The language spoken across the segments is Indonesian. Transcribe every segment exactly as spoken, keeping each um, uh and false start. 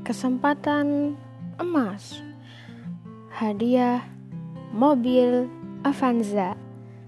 kesempatan emas, hadiah mobil Avanza.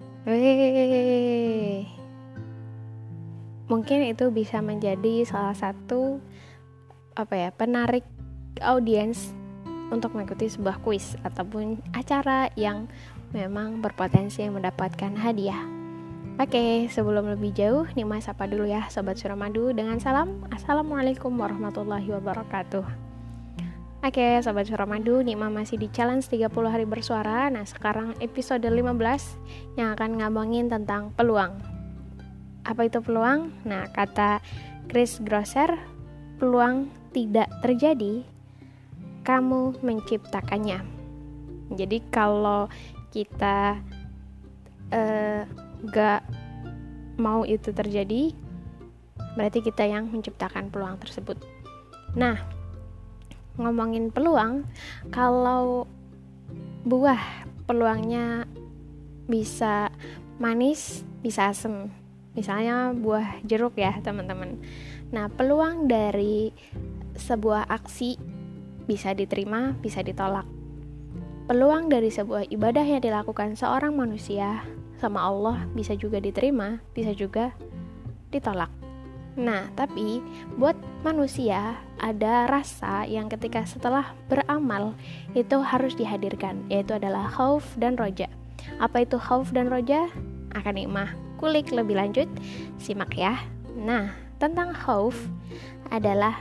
Wih. Mungkin itu bisa menjadi salah satu apa ya, penarik audiens untuk mengikuti sebuah kuis ataupun acara yang memang berpotensi mendapatkan hadiah. Oke, sebelum lebih jauh, Nikmah sapa dulu ya Sobat Suramadu dengan salam Assalamualaikum warahmatullahi wabarakatuh. Oke, Sobat Suramadu, Nikmah masih di challenge tiga puluh hari bersuara. Nah, sekarang episode lima belas yang akan ngomongin tentang peluang. Apa itu peluang? Nah, kata Chris Grosser, peluang tidak terjadi, kamu menciptakannya. Jadi kalau kita eh, gak mau itu terjadi, berarti kita yang menciptakan peluang tersebut. Nah, ngomongin peluang, kalau buah peluangnya bisa manis, bisa asem. Misalnya buah jeruk ya teman-teman. Nah, peluang dari sebuah aksi bisa diterima, bisa ditolak. Peluang dari sebuah ibadah yang dilakukan seorang manusia sama Allah bisa juga diterima, bisa juga ditolak. Nah, tapi buat manusia ada rasa yang ketika setelah beramal itu harus dihadirkan, yaitu adalah khauf dan roja. Apa itu khauf dan roja? Akan Nikmah kulik lebih lanjut, simak ya. Nah, tentang khauf adalah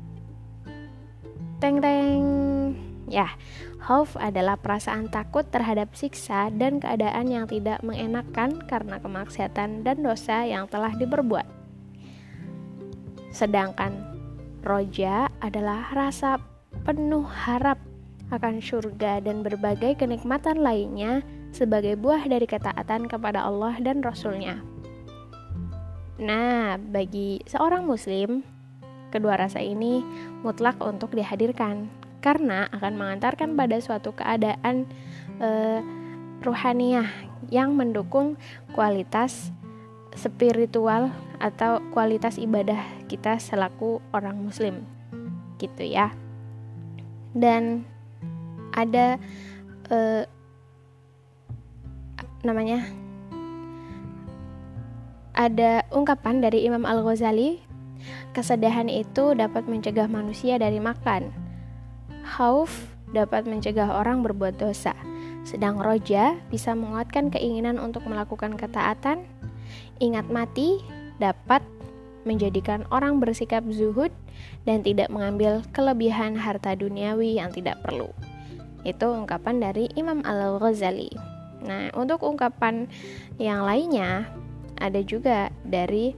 teng-teng ya, khauf adalah perasaan takut terhadap siksa dan keadaan yang tidak mengenakan karena kemaksiatan dan dosa yang telah diperbuat. Sedangkan roja adalah rasa penuh harap akan surga dan berbagai kenikmatan lainnya sebagai buah dari ketaatan kepada Allah dan Rasul-Nya. Nah, bagi seorang muslim, kedua rasa ini mutlak untuk dihadirkan karena akan mengantarkan pada suatu keadaan e, ruhaniyah yang mendukung kualitas spiritual atau kualitas ibadah kita selaku orang muslim, gitu ya. Dan ada e, namanya ada ungkapan dari Imam Al-Ghazali, kesedihan itu dapat mencegah manusia dari makan. Khauf dapat mencegah orang berbuat dosa, sedang roja bisa menguatkan keinginan untuk melakukan ketaatan. Ingat mati dapat menjadikan orang bersikap zuhud dan tidak mengambil kelebihan harta duniawi yang tidak perlu. Itu ungkapan dari Imam Al-Ghazali. Nah, untuk ungkapan yang lainnya ada juga dari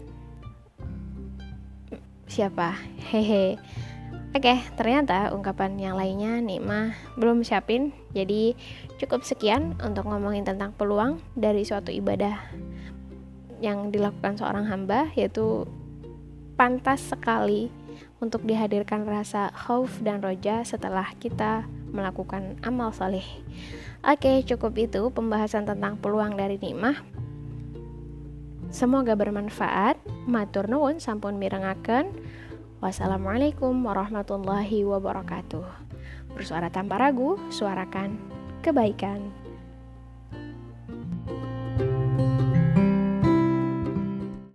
siapa? Hehe. Oke, ternyata ungkapan yang lainnya Nikmah belum siapin. Jadi cukup sekian untuk ngomongin tentang peluang dari suatu ibadah yang dilakukan seorang hamba, yaitu pantas sekali untuk dihadirkan rasa khauf dan roja setelah kita melakukan amal saleh. Oke, cukup itu pembahasan tentang peluang dari Nikmah. Semoga bermanfaat. Matur nuwun sampun mirengaken. Wassalamualaikum warahmatullahi wabarakatuh. Bersuara tanpa ragu, suarakan kebaikan.